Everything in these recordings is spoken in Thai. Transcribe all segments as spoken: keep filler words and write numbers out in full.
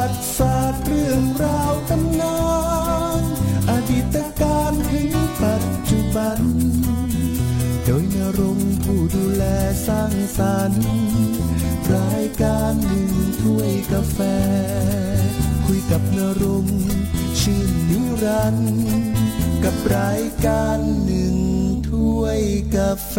ติศาสตร์เรื่องราวตำนานอดีตการถึงปัจจุบันโดยณรงค์ผู้ดูแลสร้างสรรค์รายการหนึ่งถ้วยกาแฟคุยกับณรงค์ชื่นนิรันดร์กับรายการหนึ่งถ้วยกาแฟ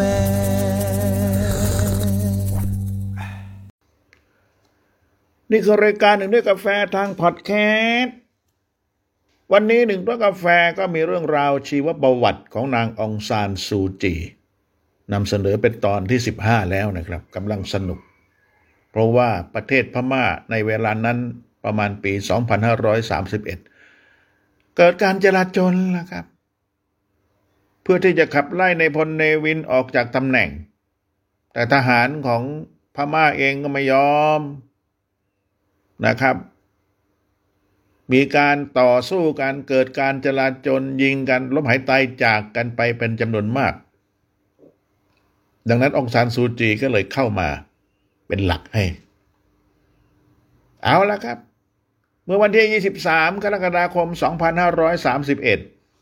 นี่คือรายการหนึ่งด้วยกาแฟทางพอดแคสต์วันนี้หนึ่งด้วยกาแฟก็มีเรื่องราวชีวประวัติของนางองซานซูจีนำเสนอเป็นตอนที่สิบห้าแล้วนะครับกำลังสนุกเพราะว่าประเทศพม่าในเวลานั้นประมาณปีสองพันห้าร้อยสามสิบเอ็ดเกิดการจลาจลล่ะครับเพื่อที่จะขับไล่ในพลเนวินออกจากตำแหน่งแต่ทหารของพม่าเองก็ไม่ยอมนะครับมีการต่อสู้กันเกิดการจลาจลยิงกันล้มหายตายจากกันไปเป็นจำนวนมากดังนั้นองซานซูจีก็เลยเข้ามาเป็นหลักให้เอาละครับเมื่อวันที่ยี่สิบสามกรกฎาคมสองพันห้าร้อยสามสิบเอ็ด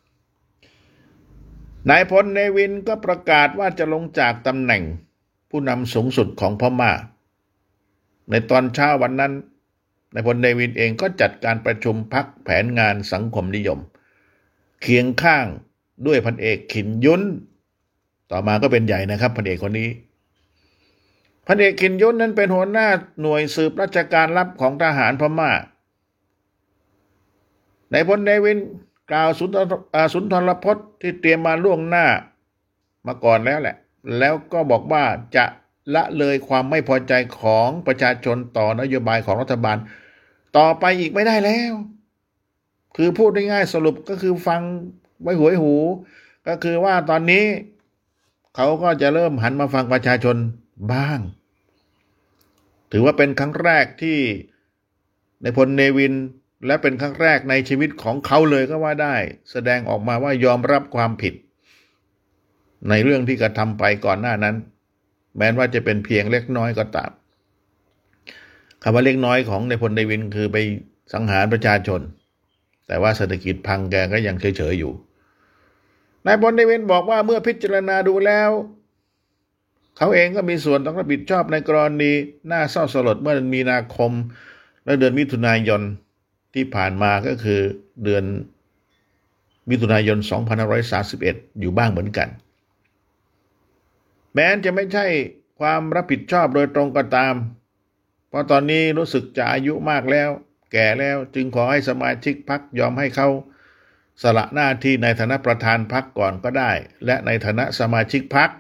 นายพลเนวินก็ประกาศว่าจะลงจากตำแหน่งผู้นำสูงสุดของพม่าในตอนเช้าวันนั้นนายพลเนวินเองก็จัดการประชุมพรรคแผนงานสังคมนิยมเคียงข้างด้วยพันเอกขินยุนต่อมาก็เป็นใหญ่นะครับพันเอกคนนี้พันเอกขินยุนนั้นเป็นหัวหน้าหน่วยสืบราชการลับของทหารพม่านายพลเนวินกล่าวสุนทรสุนทรพจน์ที่เตรียมมาล่วงหน้ามาก่อนแล้วแหละแล้วก็บอกว่าจะละเลยความไม่พอใจของประชาชนต่อนโยบายของรัฐบาลต่อไปอีกไม่ได้แล้วคือพูดง่ายๆสรุปก็คือฟังไว้หวยหูก็คือว่าตอนนี้เขาก็จะเริ่มหันมาฟังประชาชนบ้างถือว่าเป็นครั้งแรกที่นายพลเนวินและเป็นครั้งแรกในชีวิตของเขาเลยก็ว่าได้แสดงออกมาว่ายอมรับความผิดในเรื่องที่กระทำไปก่อนหน้านั้นแม้ว่าจะเป็นเพียงเล็กน้อยก็ตามคำว่าเล็กน้อยของนายพลเนวินคือไปสังหารประชาชนแต่ว่าเศรษฐกิจพังแกก็ยังเฉยๆอยู่นายพลเนวินบอกว่าเมื่อพิจารณาดูแล้วเขาเองก็มีส่วนต้องรับผิดชอบในกรณีน่าเศร้าสลดเมื่อเดือนมีนาคมและเดือนมิถุนายนที่ผ่านมาก็คือเดือนมิถุนายนสองพันห้าร้อยสามสิบเอ็ดอยู่บ้างเหมือนกันแม้จะไม่ใช่ความรับผิดชอบโดยตรงก็ตามเพราะตอนนี้รู้สึกจะอายุมากแล้วแก่แล้วจึงขอให้สมาชิกพรรคยอมให้เขาสละหน้าที่ในฐานะประธานพรรคก่อนก็ได้และในฐานะสมาชิกพรร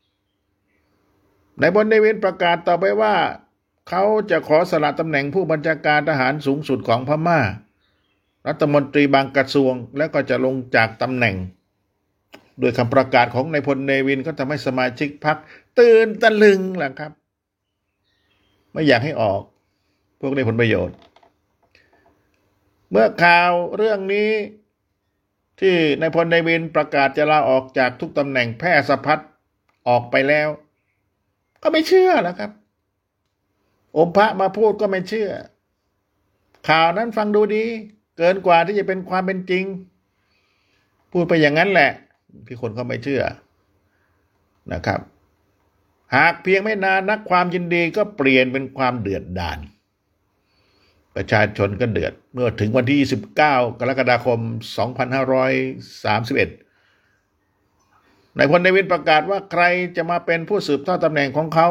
คนายพลเนวินประกาศต่อไปว่าเขาจะขอสละตำแหน่งผู้บัญชาการทหารสูงสุดของพม่ารัฐมนตรีบางกระทรวงและก็จะลงจากตำแหน่งโดยคำประกาศของนายพลเนวินก็ทำให้สมาชิกพรรคตื่นตะลึงแหละครับไม่อยากให้ออกพวกได้ผลประโยชน์เมื่อข่าวเรื่องนี้ที่นายพลเนวินประกาศจะลาออกจากทุกตำแหน่งแพร่สะพัดออกไปแล้วก็ไม่เชื่อแล้วครับองค์พระมาพูดก็ไม่เชื่อข่าวนั้นฟังดูดีเกินกว่าที่จะเป็นความเป็นจริงพูดไปอย่างนั้นแหละที่คนเขาไม่เชื่อนะครับหากเพียงไม่นานนักความยินดีก็เปลี่ยนเป็นความเดือดดาลประชาชนก็เดือดเมื่อถึงวันที่ยี่สิบเก้ากรกฎาคมสองพันห้าร้อยสามสิบเอ็ดนายพลเนวินประกาศว่าใครจะมาเป็นผู้สืบทอดตำแหน่งของเขา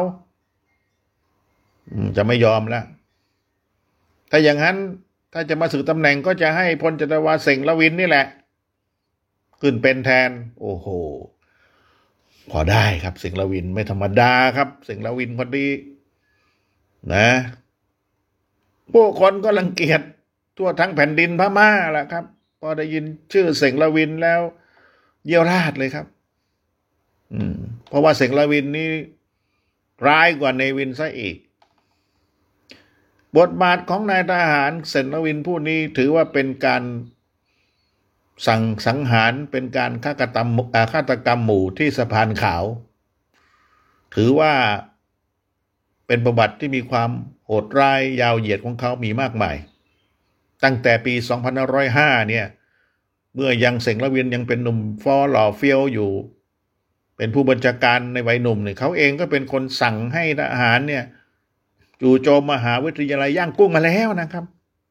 จะไม่ยอมแล้วถ้าอย่างนั้นถ้าจะมาสืบตำแหน่งก็จะให้พลจัตวาเสงละวินนี่แหละขึ้นเป็นแทนโอ้โหพอได้ครับเสงละวินไม่ธรรมดาครับเสงละวินคนนี้นะผู้คนก็รังเกียจทั่วทั้งแผ่นดินพม่าแหละครับพอได้ยินชื่อเสงละวินแล้วเยี่ยวราดเลยครับอืมเพราะว่าเสงละวินนี่ร้ายกว่าเนวินซะอีกบทบาทของนายทหารเสงละวินผู้นี้ถือว่าเป็นการสั่งสังหารเป็นการฆาตกรรมฆาตกรรมหมู่ที่สะพานขาวถือว่าเป็นประวัติที่มีความโหดร้ายยาวเหยียดของเขามีมากมายตั้งแต่ปีสองพันห้าร้อยห้าเนี่ยเมื่อยังเสงละวินยังเป็นหนุ่มฟอหล่อเฟี้ยวอยู่เป็นผู้บัญชาการในวัยหนุ่มเนี่ยเขาเองก็เป็นคนสั่งให้ทหารเนี่ยจู่โจมมหาวิทยาลัยย่างกุ้งมาแล้วนะครับ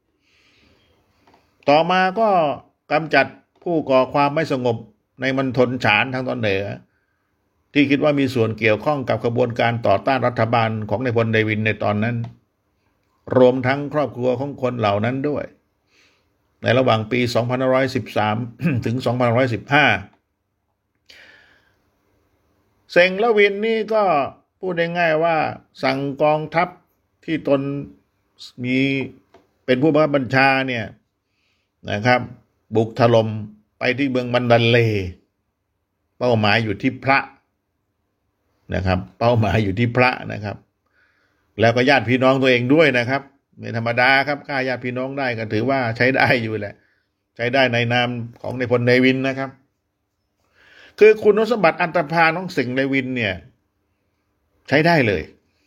ต่อมาก็กำจัดผู้ก่อความไม่สงบในมณฑลฉานทางตอนเหนือที่คิดว่ามีส่วนเกี่ยวข้องกับกระบวนการต่อต้านรัฐบาลของนายพลเนวินในตอนนั้นรวมทั้งครอบครัวของคนเหล่านั้นด้วยในระหว่างปีสองพันห้าร้อยสิบสาม ถึงสองพันห้าร้อยสิบห้าเซงละวินนี่ก็พูดง่ายๆว่าสั่งกองทัพที่ตนมีเป็นผู้บังคับบัญชาเนี่ยนะครับบุกถล่มไปที่เมืองมันดันเลเป้าหมายอยู่ที่พระนะครับเป้าหมายอยู่ที่พระนะครับแล้วก็ญาติพี่น้องตัวเองด้วยนะครับไม่ธรรมดาครับฆ่าญาติพี่น้องได้ก็ถือว่าใช้ได้อยู่แหละใช้ได้ในนามของนายพลเนวินนะครับคือคุณสมบัติอันตรพาลของเสงเนวินเนี่ยใช้ได้เลย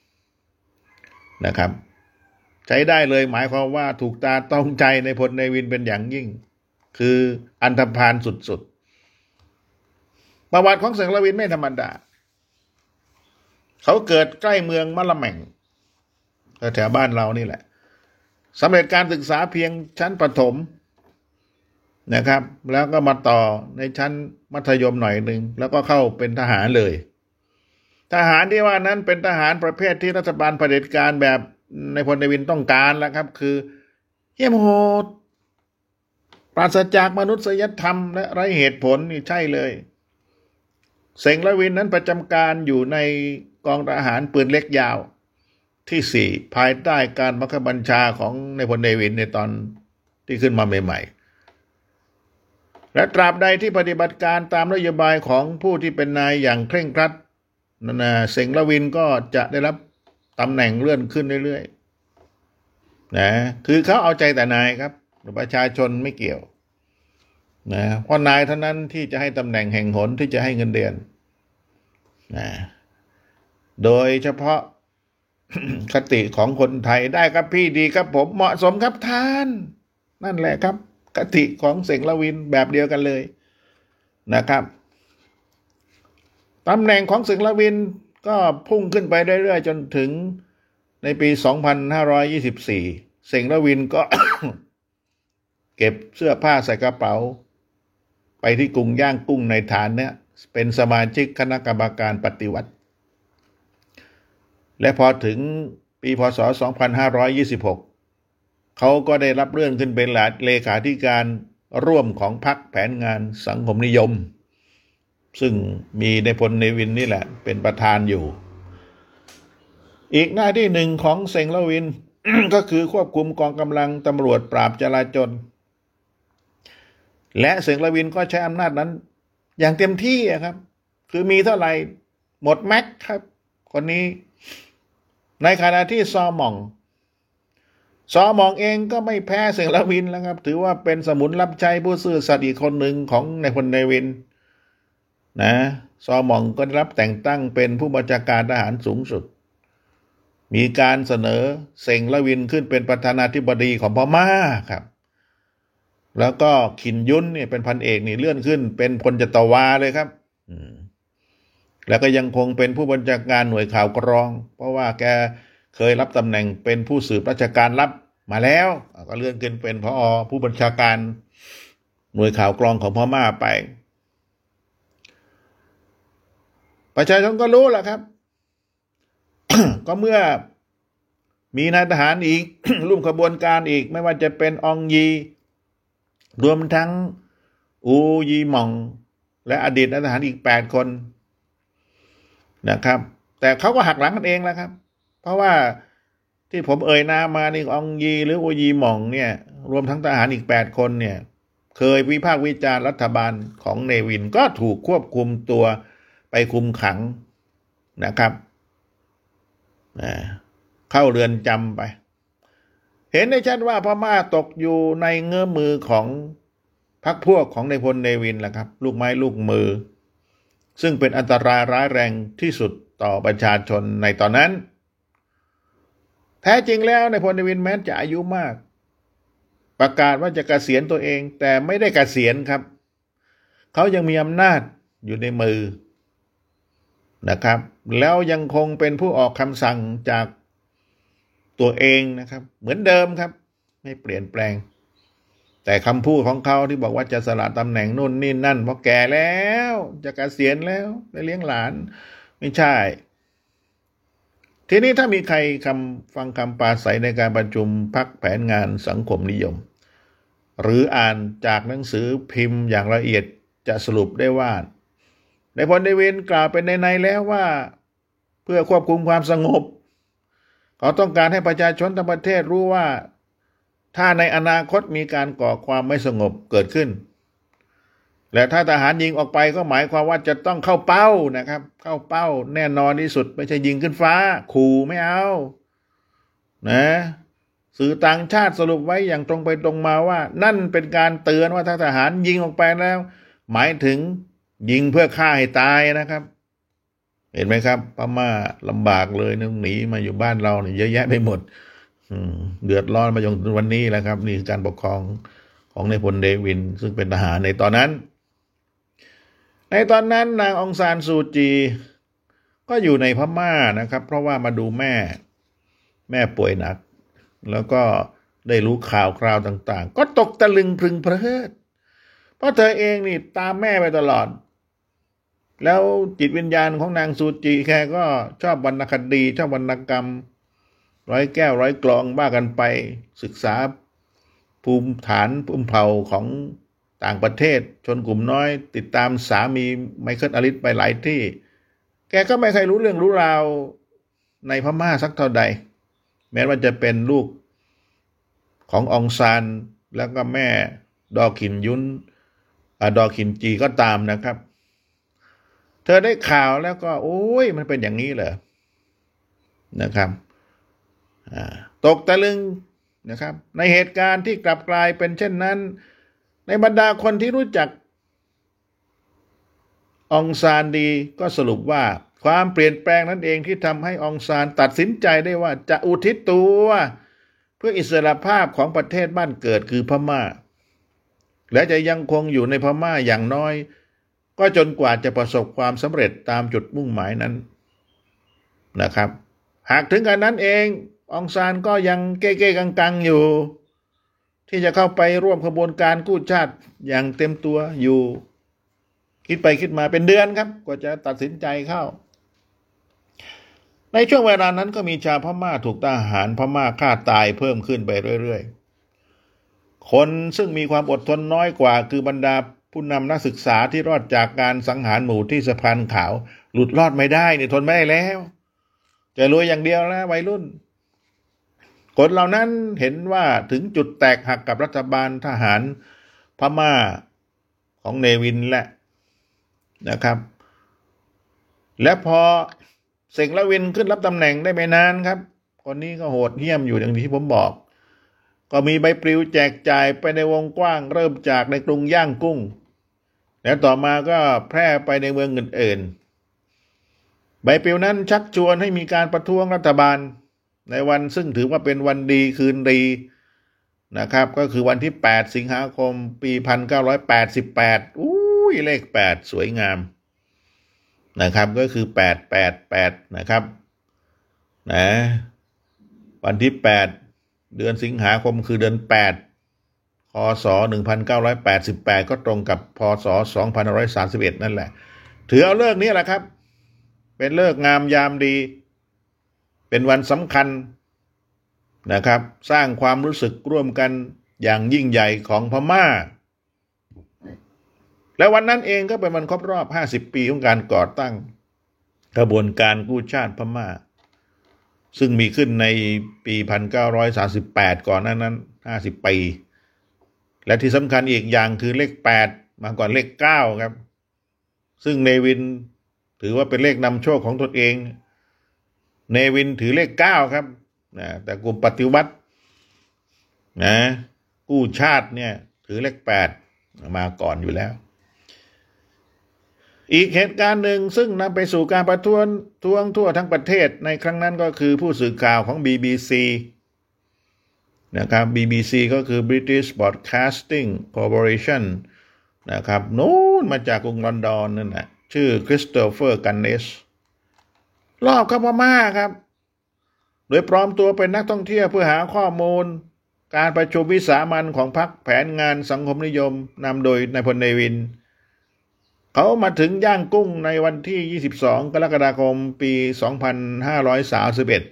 นะครับใช้ได้เลยหมายความว่าถูกตาต้องใจในพลเนวินเป็นอย่างยิ่งคืออันธพาลสุดๆประวัติของเสงละวินไม่ธรรมดาเขาเกิดใกล้เมืองมะละแม่งแถวบ้านเรานี่แหละสำเร็จการศึกษาเพียงชั้นประถมนะครับแล้วก็มาต่อในชั้นมัธยมหน่อยหนึ่งแล้วก็เข้าเป็นทหารเลยทหารที่ว่านั้นเป็นทหารประเภทที่รัฐบาลเผด็จการแบบในพลเนวินต้องการแล้วครับคือเหี้ยมโหดปราศจากมนุษยธรรมและไร้เหตุผลนี่ใช่เลยเสงละวินนั้นประจำการอยู่ในกองทหารปืนเล็กยาวที่สี่ภายใต้การบังคับบัญชาของนายพลเนวินในตอนที่ขึ้นมาใหม่ๆและตราบใดที่ปฏิบัติการตามนโยบายของผู้ที่เป็นนายอย่างเคร่งครัดนั่นนะเสงละวินก็จะได้รับตำแหน่งเลื่อนขึ้นเรื่อยๆนะคือเขาเอาใจแต่นายครับประชาชนไม่เกี่ยวนะเพราะนายเท่านั้นที่จะให้ตำแหน่งแห่งหนที่จะให้เงินเดือนนะโดยเฉพาะ คติของคนไทยได้ครับพี่ดีครับผมเหมาะสมครับท่านนั่นแหละครับคติของเสงละวินแบบเดียวกันเลยนะครับตำแหน่งของเสงละวินก็พุ่งขึ้นไปเรื่อยๆจนถึงในปีสองพันห้าร้อยยี่สิบสี่เสงละวินก็ เก็บเสื้อผ้าใส่กระเป๋าไปที่กรุงย่างกุ้งในฐานเนี่ยเป็นสมาชิกคณะกรรมการปฏิวัติและพอถึงปีพ.ศ. สองพันห้าร้อยยี่สิบหกเขาก็ได้รับเลื่อนขึ้นเป็นเลขาธิการร่วมของพรรคแผนงานสังคมนิยมซึ่งมีนายพลเนวินนี่แหละเป็นประธานอยู่อีกหน้าที่หนึ่งของเสงละวิน ก็คือควบคุมกองกำลังตำรวจปราบจลาจลและเสงละวินก็ใช้อำนาจนั้นอย่างเต็มที่ครับคือมีเท่าไหร่หมดแม็กครับคนนี้ในขณะที่ซอหม่องซอหม่องเองก็ไม่แพ้เสงละวินแล้วครับถือว่าเป็นสมุนรับใช้ผู้ซื่อสัตย์อีกคนหนึ่งของนายพลเนวินนะซอหม่องก็ได้รับแต่งตั้งเป็นผู้บัญชาการทหารสูงสุดมีการเสนอเสงละวินขึ้นเป็นประธานาธิบดีของพม่าครับแล้วก็ขินยุนเนี่ยเป็นพันเอกนี่เลื่อนขึ้นเป็นพลจัตวาเลยครับแล้วก็ยังคงเป็นผู้บัญชาการหน่วยข่าวกรองเพราะว่าแกเคยรับตำแหน่งเป็นผู้สืบราชการลับมาแล้วก็เลื่อนขึ้นเป็นผอ.ผู้บัญชาการหน่วยข่าวกรองของพม่าไปประชาชนก็รู้แหละครับ ก็เมื่อมีนายทหารอีก ร่วมขบวนการอีกไม่ว่าจะเป็นอองยีรวมทั้งอูยีหม่องและอดีตนายทหารอีกแปดคนนะครับแต่เขาก็หักหลังกันเองแล้วครับเพราะว่าที่ผมเอ่ยนามมานี่อองยีหรืออูยีหม่องเนี่ยรวมทั้งทหารอีกแปดคนเนี่ยเคยวิพากษ์วิจารณ์รัฐบาลของเนวินก็ถูกควบคุมตัวไปคุมขังนะครับเข้าเรือนจำไปเห็นได้ชัดว่าพม่าตกอยู่ในเงื้อมือของพรรคพวกของนายพลเนวินแหละครับลูกไม้ลูกมือซึ่งเป็นอันตรายร้ายแรงที่สุดต่อประชาชนในตอนนั้นแท้จริงแล้วนายพลเนวินแม้จะอายุมากประกาศว่าจะเกษียณตัวเองแต่ไม่ได้เกษียณครับเขายังมีอำนาจอยู่ในมือนะครับแล้วยังคงเป็นผู้ออกคำสั่งจากตัวเองนะครับเหมือนเดิมครับไม่เปลี่ยนแปลงแต่คำพูดของเขาที่บอกว่าจะสละตำแหน่งนู่นนี่นั่นเพราะแก่แล้วจะเกษียณแล้วไปเลี้ยงหลานไม่ใช่ทีนี้ถ้ามีใครคำฟังคำปราศัยในการประชุมพรรคแผนงานสังคมนิยมหรืออ่านจากหนังสือพิมพ์อย่างละเอียดจะสรุปได้ว่าในพลเดวินกล่าวเป็นในๆแล้วว่าเพื่อควบคุมความสงบเขาต้องการให้ประชาชนทั้งประเทศรู้ว่าถ้าในอนาคตมีการก่อความไม่สงบเกิดขึ้นและถ้าทหารยิงออกไปก็หมายความว่าจะต้องเข้าเป้านะครับเข้าเป้าแน่นอนที่สุดไม่ใช่ยิงขึ้นฟ้าขู่ไม่เอานะสื่อต่างชาติสรุปไว้อย่างตรงไปตรงมาว่านั่นเป็นการเตือนว่าถ้าทหารยิงออกไปแล้วหมายถึงยิงเพื่อฆ่าให้ตายนะครับเห็นไหมครับพม่าลำบากเลยนึกหนีมาอยู่บ้านเราเนี่ยเยอะแยะไปหมดเดือดร้อนมาจนถึงวันนี้แหละครับนี่คือการปกครองของนายพลเดวินซึ่งเป็นทหารในตอนนั้นในตอนนั้นนางองซานซูจีก็อยู่ในพม่านะครับเพราะว่ามาดูแม่แม่ป่วยหนักแล้วก็ได้รู้ข่าวคราวต่างๆก็ตกตะลึงพึงเพลิดเพราะเธอเองนี่ตามแม่ไปตลอดแล้วจิตวิญญาณของนางซูจีแค่ก็ชอบวรรณคดีชอบวรรณกรรมร้อยแก้วร้อยกลองบ้ากันไปศึกษาภูมิฐานภูมิเผ่าของต่างประเทศชนกลุ่มน้อยติดตามสามีไมเคิลอลิสไปหลายที่แกก็ไม่เคยรู้เรื่องรู้ราวในพม่าสักเท่าใดแม้ว่าจะเป็นลูกขององซานแล้วก็แม่ดอขินยุนดอขินจีก็ตามนะครับเธอได้ข่าวแล้วก็โอ้ยมันเป็นอย่างนี้เหรอนะครับตกตะลึงนะครับในเหตุการณ์ที่กลับกลายเป็นเช่นนั้นในบรรดาคนที่รู้จักองซานดีก็สรุปว่าความเปลี่ยนแปลงนั้นเองที่ทำให้องซานตัดสินใจได้ว่าจะอุทิศตัวเพื่ออิสรภาพของประเทศบ้านเกิดคือพม่าและจะยังคงอยู่ในพม่าอย่างน้อยก็จนกว่าจะประสบความสำเร็จตามจุดมุ่งหมายนั้นนะครับหากถึงกันนั้นเององซานก็ยังเก้ๆกังๆอยู่ที่จะเข้าไปร่วมขบวนการกู้ชาติอย่างเต็มตัวอยู่คิดไปคิดมาเป็นเดือนครับกว่าจะตัดสินใจเข้าในช่วงเวลานั้นก็มีชาวพม่าถูกทหารพม่าฆ่าตายเพิ่มขึ้นไปเรื่อยๆคนซึ่งมีความอดทนน้อยกว่าคือบรรดาผู้นำนักศึกษาที่รอดจากการสังหารหมู่ที่สะพานขาวหลุดรอดไม่ได้นี่ทนไม่ได้แล้วจะรวยอย่างเดียวแล้ววัยรุ่นคนเหล่านั้นเห็นว่าถึงจุดแตกหักกับรัฐบาลทหารพม่าของเนวินแหละนะครับและพอเสกละวินขึ้นรับตำแหน่งได้ไม่นานครับคนนี้ก็โหดเหี้ยมอยู่อย่างที่ผมบอกก็มีใบปลิวแจกจ่ายไปในวงกว้างเริ่มจากในกรุงย่างกุ้งแล้วต่อมาก็แพร่ไปในเมืองอื่นๆใบปลิวนั้นชักชวนให้มีการประท้วงรัฐบาลในวันซึ่งถือว่าเป็นวันดีคืนดีนะครับก็คือวันที่แปดสิงหาคมปีหนึ่งพันเก้าร้อยแปดสิบแปดอุ้ยเลขแปดสวยงามนะครับก็คือแปด แปด แปดนะครับนะวันที่แปดเดือนสิงหาคมคือเดือนแปดคศหนึ่งพันเก้าร้อยแปดสิบแปดก็ตรงกับพศสองพันห้าร้อยสามสิบเอ็ดนั่นแหละถือเอาเลิกนี้แหละครับเป็นเลิกงามยามดีเป็นวันสำคัญนะครับสร้างความรู้สึกร่วมกันอย่างยิ่งใหญ่ของพม่าและวันนั้นเองก็เป็นวันครบรอบห้าสิบปีของการก่อตั้งกระบวนการกู้ชาติพม่าซึ่งมีขึ้นในปีหนึ่งพันเก้าร้อยสามสิบแปดก่อนหน้านั้นห้าสิบปีและที่สำคัญอีกอย่างคือเลขแปดมาก่อนเลขเก้าครับซึ่งเนวินถือว่าเป็นเลขนำโชคของตนเองเนวินถือเลขเก้าครับนะแต่กลุ่มปฏิวัตินะกู้ชาติเนี่ยถือเลขแปดมาก่อนอยู่แล้วอีกเหตุการณ์หนึ่งซึ่งนำไปสู่การประท้วงท้วงทั่วทั้งประเทศในครั้งนั้นก็คือผู้สื่อข่าวของ บี บี ซีนะครับ บี บี ซี ก็คือ British Broadcasting Corporation นะครับนู้นมาจากกรุงลอนดอนนั่นแหละชื่อคริสโตเฟอร์กันเนสรอบเข้าพม่าครับโดยปลอมตัวเป็นนักท่องเที่ยวเพื่อหาข้อมูลการประชุมวิสามัญของพรรคแผนงานสังคมนิยมนำโดยนายพลเนวินเขามาถึงย่างกุ้งในวันที่ยี่สิบสองกรกฎาคมปีสองพันห้าร้อยสามสิบเอ็ด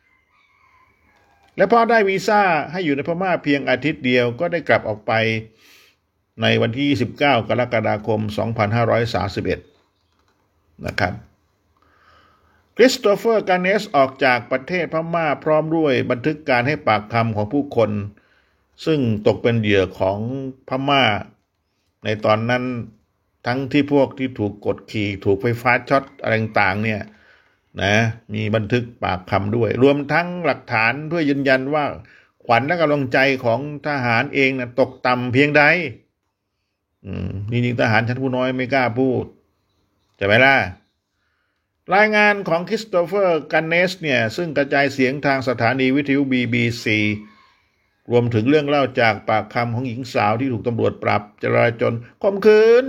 และพอได้วีซ่าให้อยู่ในพม่าเพียงอาทิตย์เดียวก็ได้กลับออกไปในวันที่ยี่สิบเก้ากรกฎาคมสองพันห้าร้อยสามสิบเอ็ดนะครับคริสโตเฟอร์การเนสออกจากประเทศพม่าพร้อมด้วยบันทึกการให้ปากคำของผู้คนซึ่งตกเป็นเหยื่อของพม่าในตอนนั้นทั้งที่พวกที่ถูกกดขี่ถูกไฟฟ้าช็อตอะไรต่างๆเนี่ยนะมีบันทึกปากคำด้วยรวมทั้งหลักฐานเพื่อยืนยันว่าขวัญและกำลังใจของทหารเองนะตกต่ำเพียงใดอืมนี่จริงทหารชั้นผู้น้อยไม่กล้าพูดใช่ไหมล่ะรายงานของคริสโตเฟอร์กันเนสเนี่ยซึ่งกระจายเสียงทางสถานีวิทยุ บี บี ซี รวมถึงเรื่องเล่าจากปากคำของหญิงสาวที่ถูกตำรวจปราบจราจรข่มขืน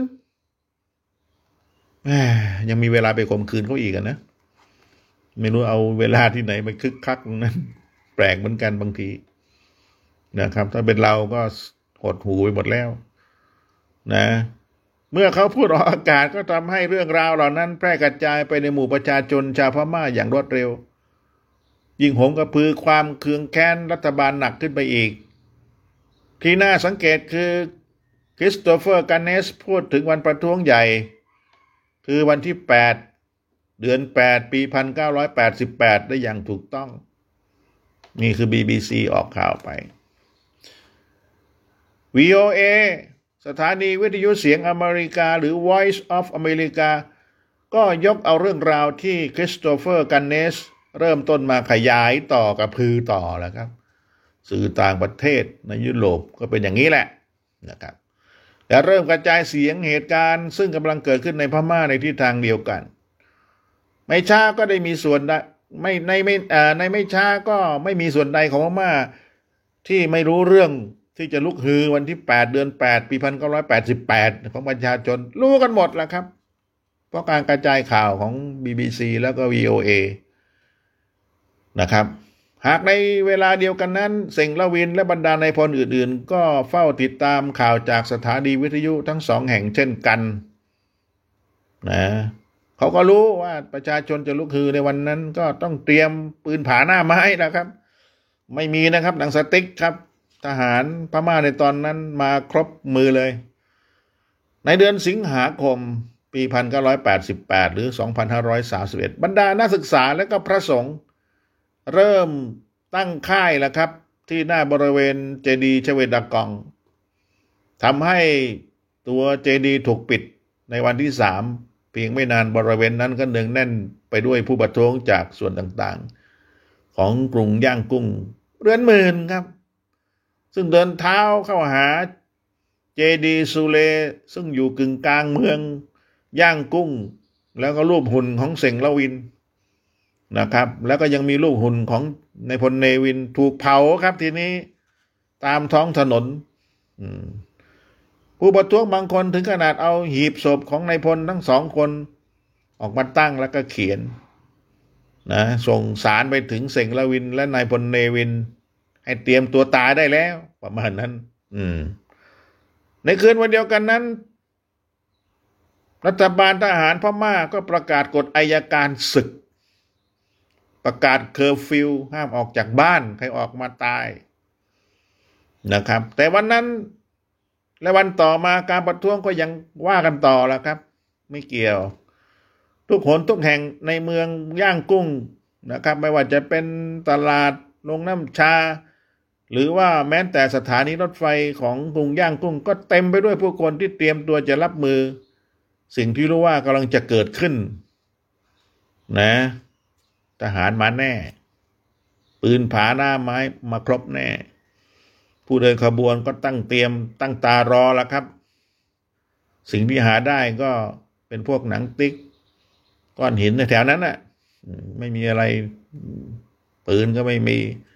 ยังมีเวลาไปข่มขืนเขาอีกนะไม่รู้เอาเวลาที่ไหนไปคึกคักตรงนั้นแปลกเหมือนกันบางทีนะครับถ้าเป็นเราก็หดหูไปหมดแล้วนะเมื่อเขาพูดออกอากาศก็ทำให้เรื่องราวเหล่านั้นแพร่กระจายไปในหมู่ประชาชนชาวพม่าอย่างรวดเร็วยิ่งหงกระพือความเคืองแค้นรัฐบาลหนักขึ้นไปอีกที่น่าสังเกตคือคริสโตเฟอร์กันเนสพูดถึงวันประท้วงใหญ่คือวันที่แปดเดือนแปดปีหนึ่งพันเก้าร้อยแปดสิบแปดได้อย่างถูกต้องนี่คือ บี บี ซี ออกข่าวไป วี โอ เอ สถานีวิทยุเสียงอเมริกาหรือ Voice of America ก็ยกเอาเรื่องราวที่คริสโตเฟอร์กันเนสเริ่มต้นมาขยายต่อกับพือต่อแล้วครับสื่อต่างประเทศในยุโรปก็เป็นอย่างนี้แหละนะครับและเริ่มกระจายเสียงเหตุการณ์ซึ่งกำลังเกิดขึ้นในพม่าในทิศทางเดียวกันไม่ช้าก็ได้มีส่วนไม่ในไม่อ่าในไม่ช้าก็ไม่มีส่วนใดของพม่าที่ไม่รู้เรื่องที่จะลุกฮือวันที่แปดเดือนแปดปีหนึ่งพันเก้าร้อยแปดสิบแปดของประชาชนรู้กันหมดแล้วครับเพราะการกระจายข่าวของ บี บี ซี แล้วก็ วี โอ เอ นะครับหากในเวลาเดียวกันนั้นเซ็งละวินและบรรดานายพลอื่นๆก็เฝ้าติดตามข่าวจากสถานีวิทยุทั้งสองแห่งเช่นกันนะเขาก็รู้ว่าประชาชนจะลุกฮือในวันนั้นก็ต้องเตรียมปืนผาหน้าไม้นะครับไม่มีนะครับหนังสติ๊กครับทหารพม่าในตอนนั้นมาครบมือเลยในเดือนสิงหาคมปีหนึ่งพันเก้าร้อยแปดสิบแปดหรือสองพันห้าร้อยสามสิบเอ็ดบรรดานักศึกษาและก็พระสงฆ์เริ่มตั้งค่ายแล้วครับที่หน้าบริเวณเจดีย์ชเวดากองทำให้ตัวเจดีย์ถูกปิดในวันที่สามเพียงไม่นานบริเวณนั้นก็เนืองแน่นไปด้วยผู้ประท้วงจากส่วนต่างๆของกรุงย่างกุ้งเรือนหมื่นครับซึ่งเดินเท้าเข้าหาเจดีย์ซูเลซึ่งอยู่กึ่งกลางเมืองย่างกุ้งแล้วก็รูปหุ่นของเส็งละวินนะครับแล้วก็ยังมีรูปหุ่นของนายพลเนวินถูกเผาครับทีนี้ตามท้องถนนผู้ประท้วงบางคนถึงขนาดเอาหีบศพของนายพลทั้งสองคนออกมาตั้งแล้วก็เขียนนะส่งสารไปถึงเส็งละวินและนายพลเนวินให้เตรียมตัวตายได้แล้วประมาณนั้นอืมในคืนวันเดียวกันนั้นรัฐบาลทหารพม่าก็ประกาศกฎอัยการศึกประกาศเคอร์ฟิวห้ามออกจากบ้านใครออกมาตายนะครับแต่วันนั้นและวันต่อมาการประท้วงก็ยังว่ากันต่อแล้วครับไม่เกี่ยวทุกหนทุกแห่งในเมืองย่างกุ้งนะครับไม่ว่าจะเป็นตลาดโรงน้ำชาหรือว่าแม้แต่สถานีรถไฟของกรุงย่างกุ้งก็เต็มไปด้วยผู้คนที่เตรียมตัวจะรับมือสิ่งที่รู้ว่ากำลังจะเกิดขึ้นนะทหารมาแน่ปืนผาหน้าไม้มาครบแน่ผู้เดินขบวนก็ตั้งเตรียมตั้งตารอแล้วครับสิ่งที่หาได้ก็เป็นพวกหนังติ๊กก้อนหินในแถวนั้นน่ะไม่มีอะไรปืนก็ไม่มี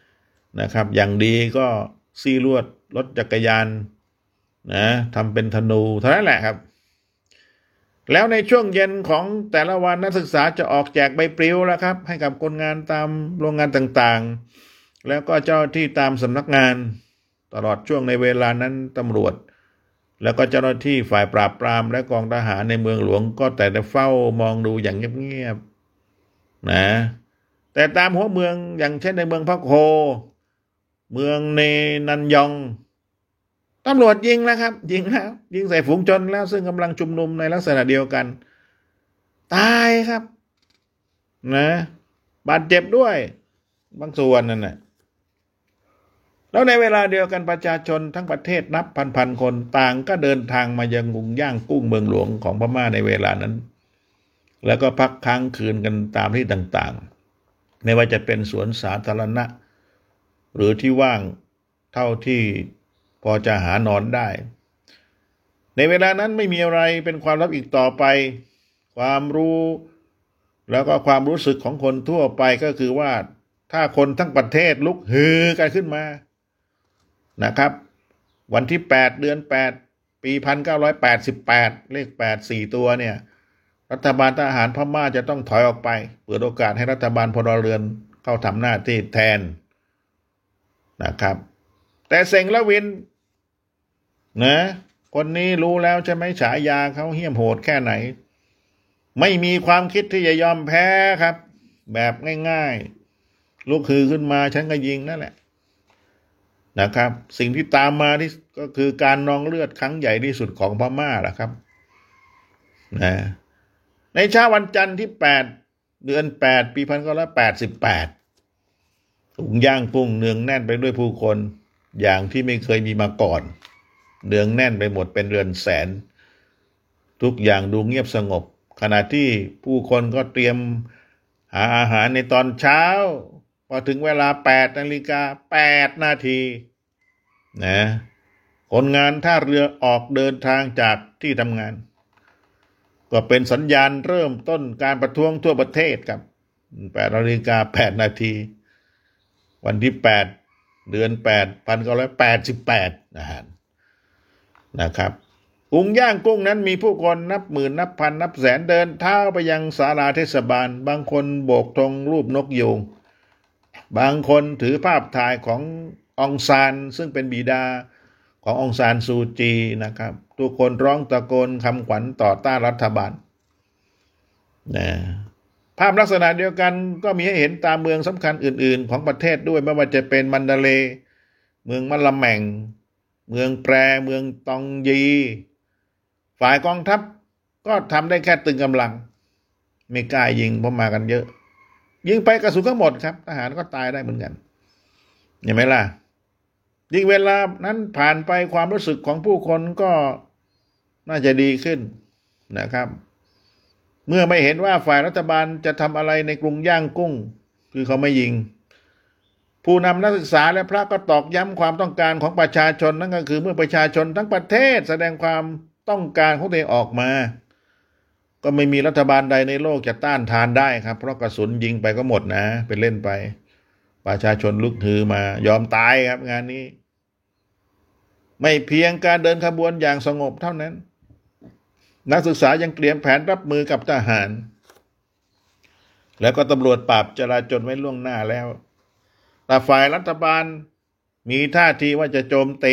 นะครับอย่างดีก็ซี่ลวดรถจักรยานนะทำเป็นธนูเท่านั้นแหละครับแล้วในช่วงเย็นของแต่ละวันนักศึกษาจะออกแจกใบปลิวแล้วครับให้กับคนงานตามโรงงานต่างๆแล้วก็เจ้าที่ตามสำนักงานตลอดช่วงในเวลานั้นตำรวจแล้วก็เจ้าหน้าที่ฝ่ายปราบปรามและกองทหารในเมืองหลวงก็แต่เฝ้ามองดูอย่างเงียบๆนะแต่ตามหัวเมืองอย่างเช่นในเมืองพะโคเมืองเนนันยองตำรวจยิงแล้วครับยิงแล้วยิงใส่ฝูงชนแล้วซึ่งกำลังชุมนุมในลักษณะเดียวกันตายครับนะบาดเจ็บด้วยบางส่วนนั่นแหละแล้วในเวลาเดียวกันประชาชนทั้งประเทศนับพันๆคนต่างก็เดินทางมายังกุงย่างกุ้งเมืองหลวงของพม่าในเวลานั้นแล้วก็พักค้างคืนกันตามที่ต่างๆไม่ว่าจะเป็นสวนสาธารณะหรือที่ว่างเท่าที่พอจะหานอนได้ในเวลานั้นไม่มีอะไรเป็นความลับอีกต่อไปความรู้แล้วก็ความรู้สึกของคนทั่วไปก็คือว่าถ้าคนทั้งประเทศลุกฮือกันขึ้นมานะครับวันที่แปดเดือนแปดปีหนึ่งพันเก้าร้อยแปดสิบแปดเลขแปด สี่ตัวเนี่ยรัฐบาลทหารพม่าจะต้องถอยออกไปเปิดโอกาสให้รัฐบาลพลเรือนเข้าทำหน้าที่แทนนะครับแต่เซ็งละวินนะคนนี้รู้แล้วใช่ไหมฉายาเขาเหี้ยมโหดแค่ไหนไม่มีความคิดที่จะยอมแพ้ครับแบบง่ายๆลุกฮือขึ้นมาฉันก็ยิงนั่นแหละนะครับสิ่งที่ตามมาที่ก็คือการนองเลือดครั้งใหญ่ที่สุดของพม่าแหละครับนะในเช้าวันจันทร์ที่แปดเดือนแปดปีหนึ่งพันเก้าร้อยแปดสิบแปดถุงย่างกุ้งเนืองแน่นไปด้วยผู้คนอย่างที่ไม่เคยมีมาก่อนเนืองแน่นไปหมดเป็นเรือนแสนทุกอย่างดูเงียบสงบขณะที่ผู้คนก็เตรียมหาอาหารในตอนเช้าพอถึงเวลาแปดนาฬิกาแปดนาทีนะคนงานท่าเรือออกเดินทางจากที่ทำงานก็เป็นสัญญาณเริ่มต้นการประท้วงทั่วประเทศครับแปดนาฬิกาแปดนาทีวันที่แปดเดือนแปด หนึ่งพันเก้าร้อยแปดสิบแปดนะฮะนะครับกุ้งย่างกุ้งนั้นมีผู้คนนับหมื่นนับพันนับแสนเดินเท้าไปยังศาลาเทศบาลบางคนโบกธงรูปนกยูงบางคนถือภาพถ่ายขององซานซึ่งเป็นบิดาขององซานซูจีนะครับทุกคนร้องตะโกนคำขวัญต่อต้านรัฐบาลนะภาพลักษณะเดียวกันก็มีให้เห็นตามเมืองสำคัญอื่นๆของประเทศด้วยไม่ว่าจะเป็นมันดาเลย์เมืองมะละแม่งเมืองแปรเมืองตองยีฝ่ายกองทัพก็ทำได้แค่ตึงกำลังไม่กล้ายิงเพราะมากันเยอะยิงไปกระสุนก็หมดครับทหารก็ตายได้เหมือนกันเห็นไหมล่ะยิ่งเวลานั้นผ่านไปความรู้สึกของผู้คนก็น่าจะดีขึ้นนะครับเมื่อไม่เห็นว่าฝ่ายรัฐบาลจะทำอะไรในกรุงย่างกุ้งคือเขาไม่ยิงผู้นำนักศึกษาและพระก็ตอกย้ำความต้องการของประชาชนนั่นก็คือเมื่อประชาชนทั้งประเทศแสดงความต้องการของตัวเองออกมาก็ไม่มีรัฐบาลใดในโลกจะต้านทานได้ครับเพราะกระสุนยิงไปก็หมดนะเป็นเล่นไปประชาชนลุกฮือมายอมตายครับงานนี้ไม่เพียงการเดินขบวนอย่างสงบเท่านั้นนักศึกษายังเตรียมแผนรับมือกับทหารแล้วก็ตำรวจปราบจราจรไว้ล่วงหน้าแล้วแต่ฝ่ายรัฐบาลมีท่าทีว่าจะโจมตี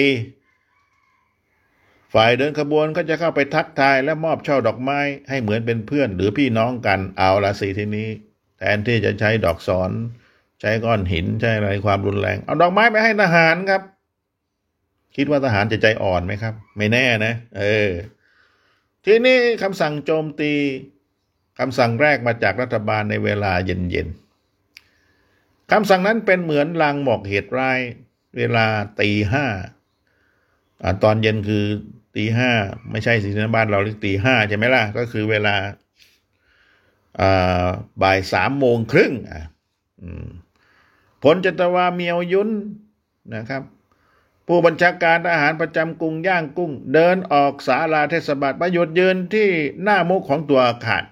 ฝ่ายเดินขบวนก็จะเข้าไปทักทายและมอบช่อดอกไม้ให้เหมือนเป็นเพื่อนหรือพี่น้องกันเอาละสิทีนี้แทนที่จะใช้ดอกสอนใช้ก้อนหินใช้อะไรความรุนแรงเอาดอกไม้ไปให้ทหารครับคิดว่าทหารจะใจอ่อนไหมครับไม่แน่นะเออทีนี้คำสั่งโจมตีคำสั่งแรกมาจากรัฐบาลในเวลาเย็นๆคำสั่งนั้นเป็นเหมือนลางหมอกเหตุร้ายเวลาตีห้าตอนเย็นคือตีห้าไม่ใช่สินะบ้านเราเรียกตีห้าใช่ไหมล่ะก็คือเวลาบ่ายสามโมงครึ่งผลจัตวาเมียวยุนนะครับผู้บัญชาการทหารประจำกรุงย่างกุ้งเดินออกศาลาเทศบาลประยุทธ์ยืนที่หน้ามุกของตัวอาคาร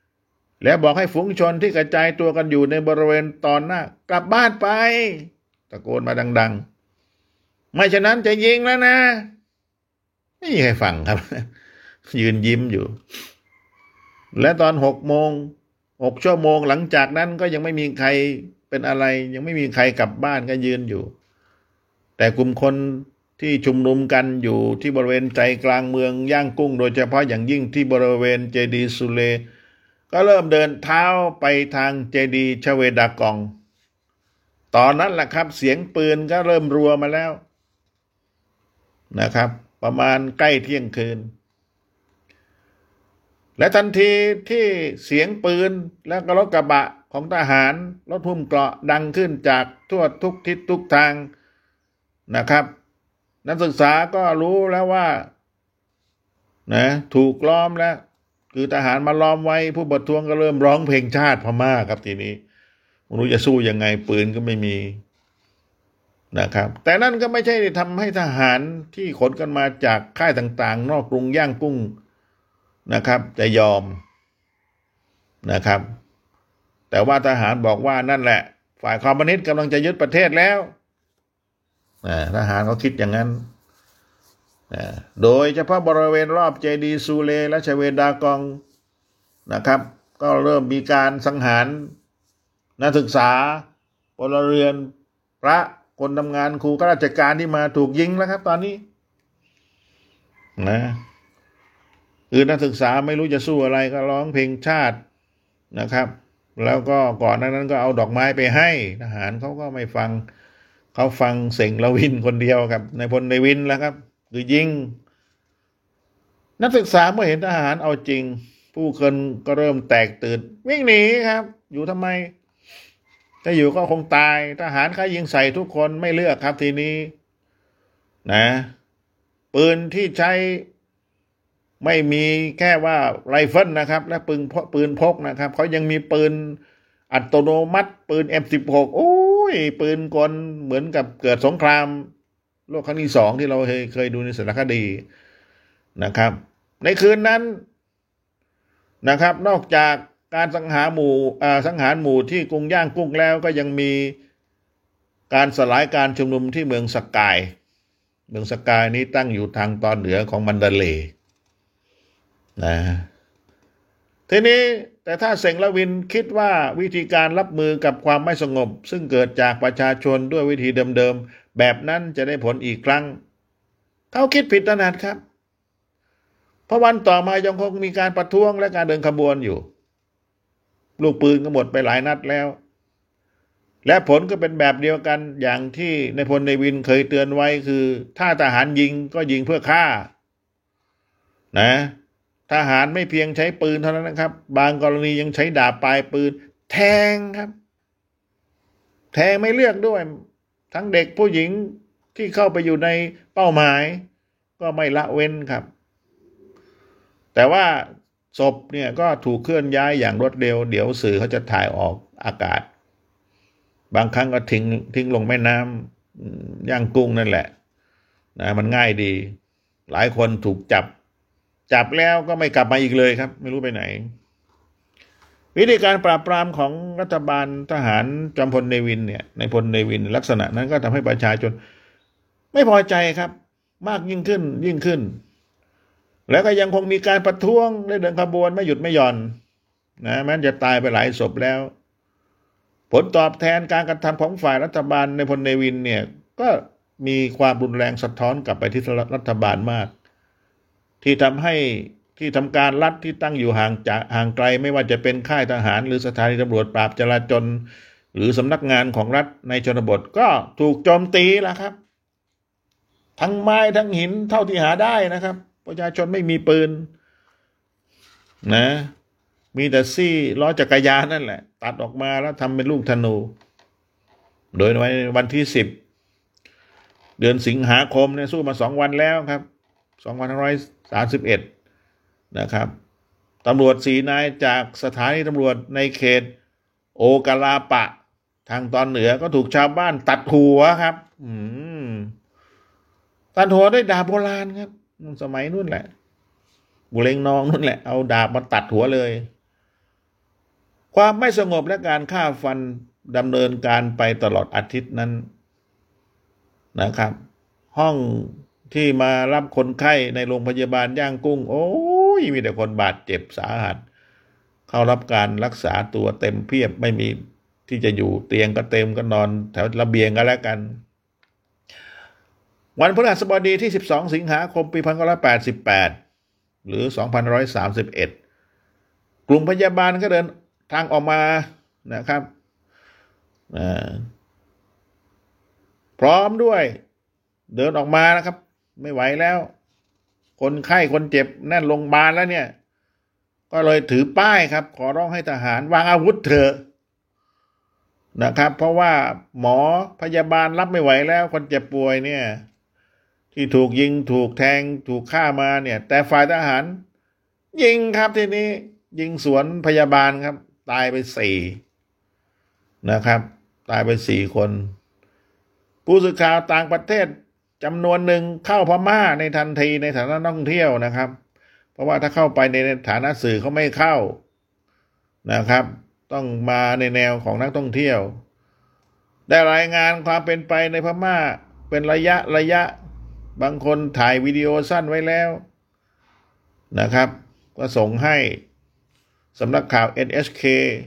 แล้วบอกให้ฝูงชนที่กระจายตัวกันอยู่ในบริเวณตอนหน้ากลับบ้านไปตะโกนมาดังๆไม่ฉะนั้นจะยิงแล้วนะไม่มีใครฟังครับ ยืนยิ้มอยู่และตอนหกโมงหกชั่วโมงหลังจากนั้นก็ยังไม่มีใครเป็นอะไรยังไม่มีใครกลับบ้านก็ยืนอยู่แต่กลุ่มคนที่ชุมนุมกันอยู่ที่บริเวณใจกลางเมืองย่างกุ้งโดยเฉพาะอย่างยิ่งที่บริเวณเจดีย์สุเลก็เริ่มเดินเท้าไปทางเจดีย์ชเวดากองตอนนั้นแหละครับเสียงปืนก็เริ่มรัวมาแล้วนะครับประมาณใกล้เที่ยงคืนและทันทีที่เสียงปืนและก็รถกระบะของทหารรถหุ้มเกราะดังขึ้นจากทั่วทุกทิศทุกทางนะครับนักศึกษาก็รู้แล้วว่านะถูกล้อมแล้วคือทหารมาล้อมไว้ผู้ประท้วงก็เริ่มร้องเพลงชาติพม่าครับทีนี้ไม่รู้จะสู้ยังไงปืนก็ไม่มีนะครับแต่นั่นก็ไม่ใช่ทำให้ทหารที่ขนกันมาจากค่ายต่างๆนอกกรุงย่างกุ้งนะครับจะยอมนะครับแต่ว่าทหารบอกว่านั่นแหละฝ่ายคอมมิวนิสต์กำลังจะยึดประเทศแล้วทหารเขาคิดอย่างนั้นโดยเฉพาะบริเวณรอบเจดีย์ซูเลและชเวดากองนะครับก็เริ่มมีการสังหารนักศึกษาพลเรือนพระคนทำงานครูข้าราชการที่มาถูกยิงแล้วครับตอนนี้นะคือนักศึกษาไม่รู้จะสู้อะไรก็ร้องเพลงชาตินะครับแล้วก็ก่อนหน้านั้นก็เอาดอกไม้ไปให้ทหารเขาก็ไม่ฟังเขาฟังเสงละวินคนเดียวครับในพลในวินแล้วครับคือยิงนักศึกษาเมื่อเห็นทหารเอาจริงผู้คนก็เริ่มแตกตื่นวิ่งหนีครับอยู่ทำไมถ้าอยู่ก็คงตายทหารเขายิงใส่ทุกคนไม่เลือกครับทีนี้นะปืนที่ใช้ไม่มีแค่ว่าไรเฟิลนะครับและปืนปืนพกนะครับเขายังมีปืนอัตโนมัติปืน เอ็ม สิบหก โอ้ยปืนกลเหมือนกับเกิดสงครามโลกครั้งที่สองที่เราเคยเคยดูในสารคดีนะครับในคืนนั้นนะครับนอกจากการสังหารหมู่อ่าสังหารหมู่ที่กรุงย่างกุ้งแล้วก็ยังมีการสลายการชุมนุมที่เมืองสกายเมืองสกายนี้ตั้งอยู่ทางตอนเหนือของมันดาเลย์นะทีนี้แต่ถ้าเสงละวินคิดว่าวิธีการรับมือกับความไม่สงบซึ่งเกิดจากประชาชนด้วยวิธีเดิมๆแบบนั้นจะได้ผลอีกครั้งเขาคิดผิดขนาดครับเพราะวันต่อมายังคงมีการประท้วงและการเดินขบวนอยู่ลูกปืนก็หมดไปหลายนัดแล้วและผลก็เป็นแบบเดียวกันอย่างที่ในพลในวินเคยเตือนไว้คือถ้าทหารยิงก็ยิงเพื่อฆ่านะทหารไม่เพียงใช้ปืนเท่านั้นนะครับบางกรณียังใช้ดาบปลายปืนแทงครับแทงไม่เลือกด้วยทั้งเด็กผู้หญิงที่เข้าไปอยู่ในเป้าหมายก็ไม่ละเว้นครับแต่ว่าศพเนี่ยก็ถูกเคลื่อนย้ายอย่างรวดเร็วเดี๋ยวสื่อเขาจะถ่ายออกอากาศบางครั้งก็ทิ้งทิ้งลงแม่น้ำย่างกุ้งนั่นแหละนะมันง่ายดีหลายคนถูกจับจับแล้วก็ไม่กลับมาอีกเลยครับไม่รู้ไปไหนวิธีการปราบปรามของรัฐบาลทหารจอมพลเนวินเนี่ยในพลเนวินลักษณะนั้นก็ทำให้ประชาชนไม่พอใจครับมากยิ่งขึ้นยิ่งขึ้นแล้วก็ยังคงมีการประท้วงและเดินขบวนไม่หยุดไม่หย่อนนะแม้จะตายไปหลายศพแล้วผลตอบแทนการกระทำของฝ่ายรัฐบาลในพลเนวินเนี่ยก็มีความรุนแรงสะท้อนกลับไปที่รัฐบาลมากที่ทำให้ที่ทำการรัฐที่ตั้งอยู่ห่างจากห่างไกลไม่ว่าจะเป็นค่ายทหารหรือสถานีตำรวจปราบจราจรหรือสำนักงานของรัฐในชนบทก็ถูกโจมตีแล้วครับทั้งไม้ทั้งหินเท่าที่หาได้นะครับประชาชนไม่มีปืนนะมีแต่ซี่ล้อจักรยานนั่นแหละตัดออกมาแล้วทำเป็นลูกธนูโดยในวันที่สิบเดือนสิงหาคมเนี่ยสู้มาสองวันแล้วครับสองพันห้าร้อยสามสิบเอ็ดนะครับตำรวจสี่นายจากสถานีตำรวจในเขตโอกาลาปะทางตอนเหนือก็ถูกชาวบ้านตัดหัวครับอืมตัดหัวด้วยดาบโบราณครับสมัยนู่นแหละบุเรงนองนู่นแหละเอาดาบมาตัดหัวเลยความไม่สงบและการฆ่าฟันดำเนินการไปตลอดอาทิตย์นั้นนะครับห้องที่มารับคนไข้ในโรงพยาบาลย่างกุ้งโอ้ยมีแต่คนบาดเจ็บสาหัสเข้ารับการรักษาตัวเต็มเพียบไม่มีที่จะอยู่เตียงก็เต็มก็นอนแถวระเบียงกันแล้วกันวันพฤหัสบดีที่สิบสองสิงหาคมปีหนึ่งพันเก้าร้อยแปดสิบแปดหรือสองพันหนึ่งร้อยสามสิบเอ็ดกลุ่มพยาบาลก็เดินทางออกมานะครับพร้อมด้วยเดินออกมานะครับไม่ไหวแล้วคนไข้คนเจ็บแน่นโรงพยาบาลแล้วเนี่ยก็เลยถือป้ายครับขอร้องให้ทหารวางอาวุธเถอะนะครับเพราะว่าหมอพยาบาลรับไม่ไหวแล้วคนเจ็บป่วยเนี่ยที่ถูกยิงถูกแทงถูกฆ่ามาเนี่ยแต่ฝ่ายทหารยิงครับทีนี้ยิงสวนพยาบาลครับตายไปสี่นะครับตายไปสี่คนผู้สื่อข่าวต่างประเทศจำนวนหนึ่งเข้าพม่าในทันทีในฐานะนักท่องเที่ยวนะครับเพราะว่าถ้าเข้าไปในฐานะสื่อเขาไม่เข้านะครับต้องมาในแนวของนักท่องเที่ยวได้รายงานความเป็นไปในพม่าเป็นระยะระยะบางคนถ่ายวิดีโอสั้นไว้แล้วนะครับก็ส่งให้สำนักข่าว เอ็น เอช เค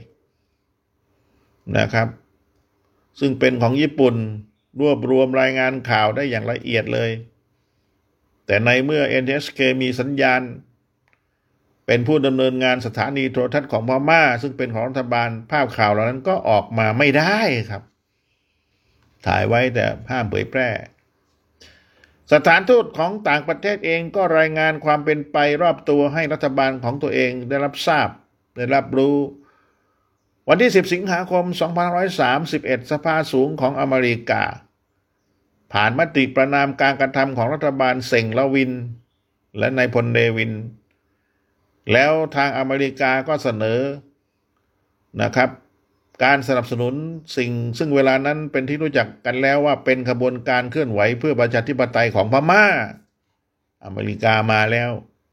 นะครับซึ่งเป็นของญี่ปุ่นรวบรวมรายงานข่าวได้อย่างละเอียดเลยแต่ในเมื่อ เอ็น เอช เค มีสัญญาณเป็นผู้ดำเนินงานสถานีโทรทัศน์ของพม่าซึ่งเป็นของรัฐบาลภาพข่าวเหล่านั้นก็ออกมาไม่ได้ครับถ่ายไว้แต่ห้ามเผยแพร่สถานทูตของต่างประเทศเองก็รายงานความเป็นไปรอบตัวให้รัฐบาลของตัวเองได้รับทราบได้รับรู้วันที่สิบสิงหาคมสองพันห้าร้อยสามสิบเอ็ดสภาสูงของอเมริกาผ่านมติประณามการกระทำของรัฐบาลเซ็งละวินและนายพลเนวินแล้วทางอเมริกาก็เสนอนะครับการสนับสนุนสิ่งซึ่งเวลานั้นเป็นที่รู้จักกันแล้วว่าเป็นขบวนการเคลื่อนไหวเพื่อประชาธิปไตยของพม่าอเมริกามาแล้ว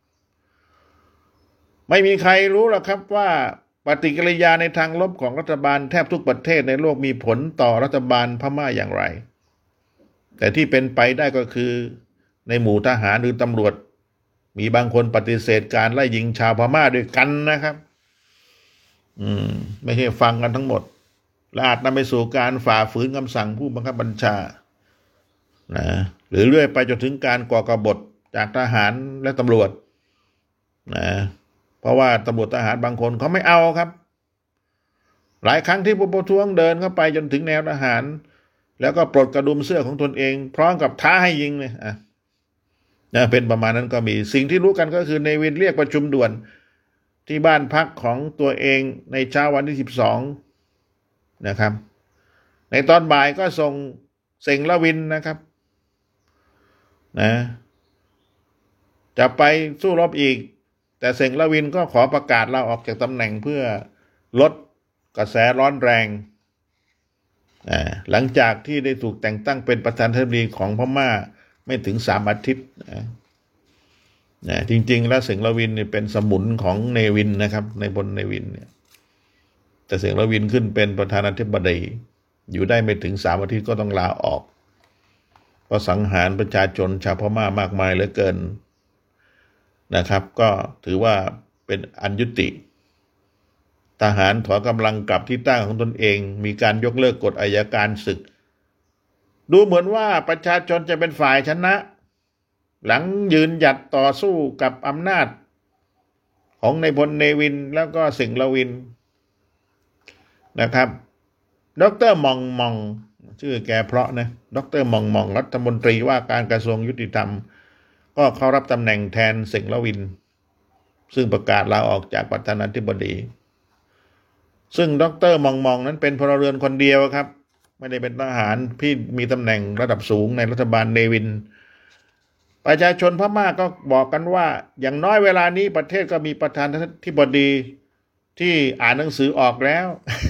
ไม่มีใครรู้หรอกครับว่าปฏิกิริยาในทางลบของรัฐบาลแทบทุกประเทศในโลกมีผลต่อรัฐบาลพม่าอย่างไรแต่ที่เป็นไปได้ก็คือในหมู่ทหารหรือตำรวจมีบางคนปฏิเสธการไล่ยิงชาวพม่าด้วยกันนะครับอืมไม่ใช่ฟังกันทั้งหมดและอาจนำไปสู่การฝ่าฝืนคำสั่งผู้บังคับบัญชานะหรือเรื่อยไปจนถึงการก่อกบฏจากทหารและตำรวจนะเพราะว่าตำรวจทหารบางคนเขาไม่เอาครับหลายครั้งที่ผู้ประท้วงเดินเข้าไปจนถึงแนวทหารแล้วก็ปลดกระดุมเสื้อของตนเองพร้อมกับท้าให้ยิงเลยอ่ะนะเป็นประมาณนั้นก็มีสิ่งที่รู้กันก็คือเนวินเรียกประชุมด่วนที่บ้านพักของตัวเองในเช้าวันที่สิบสองนะครับในตอนบ่ายก็ส่งเซ็งละวินนะครับนะจะไปสู้รบอีกแต่เซ็งละวินก็ขอประกาศลาออกจากตำแหน่งเพื่อลดกระแสร้อนแรงหลังจากที่ได้ถูกแต่งตั้งเป็นประธานาธิบดีของพม่าไม่ถึงสามอาทิตย์นะจริงๆแล้วเซ็งละวินเนี่ยเป็นสมุนของเนวินนะครับในบนเนวินเนี่ยแต่เซ็งละวินขึ้นเป็นประธานาธิบดีอยู่ได้ไม่ถึงสามอาทิตย์ก็ต้องลาออกเพราะสังหารประชาชนชาวพม่ามากมายเหลือเกินนะครับก็ถือว่าเป็นอันยุติทหารถอนกำลังกลับที่ตั้งของตนเองมีการยกเลิกกฎอัยการศึกดูเหมือนว่าประชาชนจะเป็นฝ่ายชนะหลังยืนหยัดต่อสู้กับอำนาจของนายพลเนวินแล้วก็เซ็งละวินนะครับดร.มองมองชื่อแกเพราะนะดร.มองมองรัฐมนตรีว่าการกระทรวงยุติธรรมก็เข้ารับตำแหน่งแทนเซ็งละวินซึ่งประกาศลาออกจากประธานาธิบดีซึ่งดร.มองมองนั้นเป็นพลเรือนคนเดียวครับไม่ได้เป็นทหารที่มีตำแหน่งระดับสูงในรัฐบาลเนวินประชาชนพม่าก็บอกกันว่าอย่างน้อยเวลานี้ประเทศก็มีประธานาธิบดีที่อ่านหนังสือออกแล้ว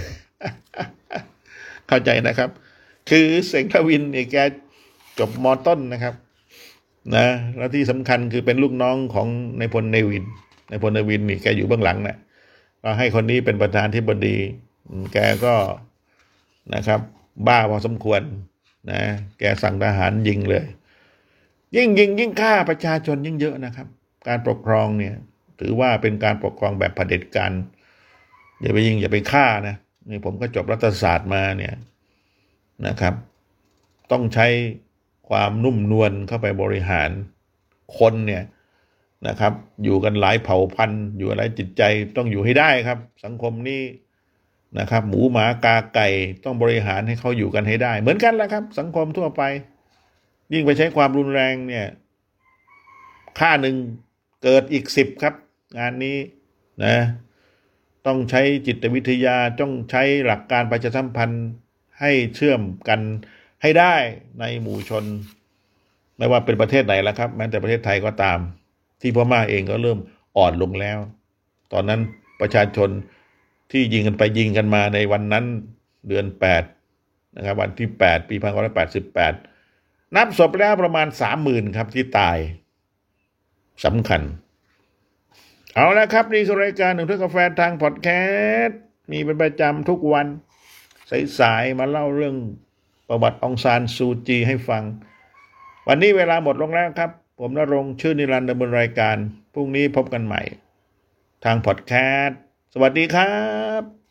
เข้าใจนะครับคือเซ็งละวินเนี่ยแกจบม.ต้นนะครับนะแล้วที่สำคัญคือเป็นลูกน้องของนายพลเนวินนายพลเนวินนี่แกอยู่เบื้องหลังนะก็ให้คนนี้เป็นประธานธิบดีแกก็นะครับบ้าพอสมควรนะแกสั่งทหารยิงเลยยิ่งยิงยิ่งฆ่าประชาชนยิ่งเยอะนะครับการปกครองเนี่ยถือว่าเป็นการปกครองแบบเผด็จการอย่าไปยิงอย่าไปฆ่านะนี่ผมก็จบรัฐศาสตร์มาเนี่ยนะครับต้องใช้ความนุ่มนวลเข้าไปบริหารคนเนี่ยนะครับอยู่กันหลายเผ่าพันธุ์อยู่อะไรจิตใจต้องอยู่ให้ได้ครับสังคมนี้นะครับหมูหมากาไก่ต้องบริหารให้เขาอยู่กันให้ได้เหมือนกันแหละครับสังคมทั่วไปยิ่งไปใช้ความรุนแรงเนี่ยค่าหนึ่งเกิดอีกสิบครับงานนี้นะต้องใช้จิตวิทยาต้องใช้หลักการประชาสัมพันธ์ให้เชื่อมกันให้ได้ในหมู่ชนไม่ว่าเป็นประเทศไหนแล้วครับแม้แต่ประเทศไทยก็ตามที่พม่าเองก็เริ่มอ่อนลงแล้วตอนนั้นประชาชนที่ยิงกันไปยิงกันมาในวันนั้นเดือนแปดนะครับวันที่แปดปีหนึ่งพันเก้าร้อยแปดสิบแปดนับศพแล้วประมาณ สามหมื่น ครับที่ตายสำคัญเอาละครับนี่คือรายการหนึ่งถ้วยกาแฟทางพอดแคสต์มีเป็นประจำทุกวันสายๆมาเล่าเรื่องประวัติองซานซูจีให้ฟังวันนี้เวลาหมดลงแล้วครับผมณรงค์ชื่อนิรันดร์ดำเนินรายการพรุ่งนี้พบกันใหม่ทางพอดแคสต์สวัสดีครับ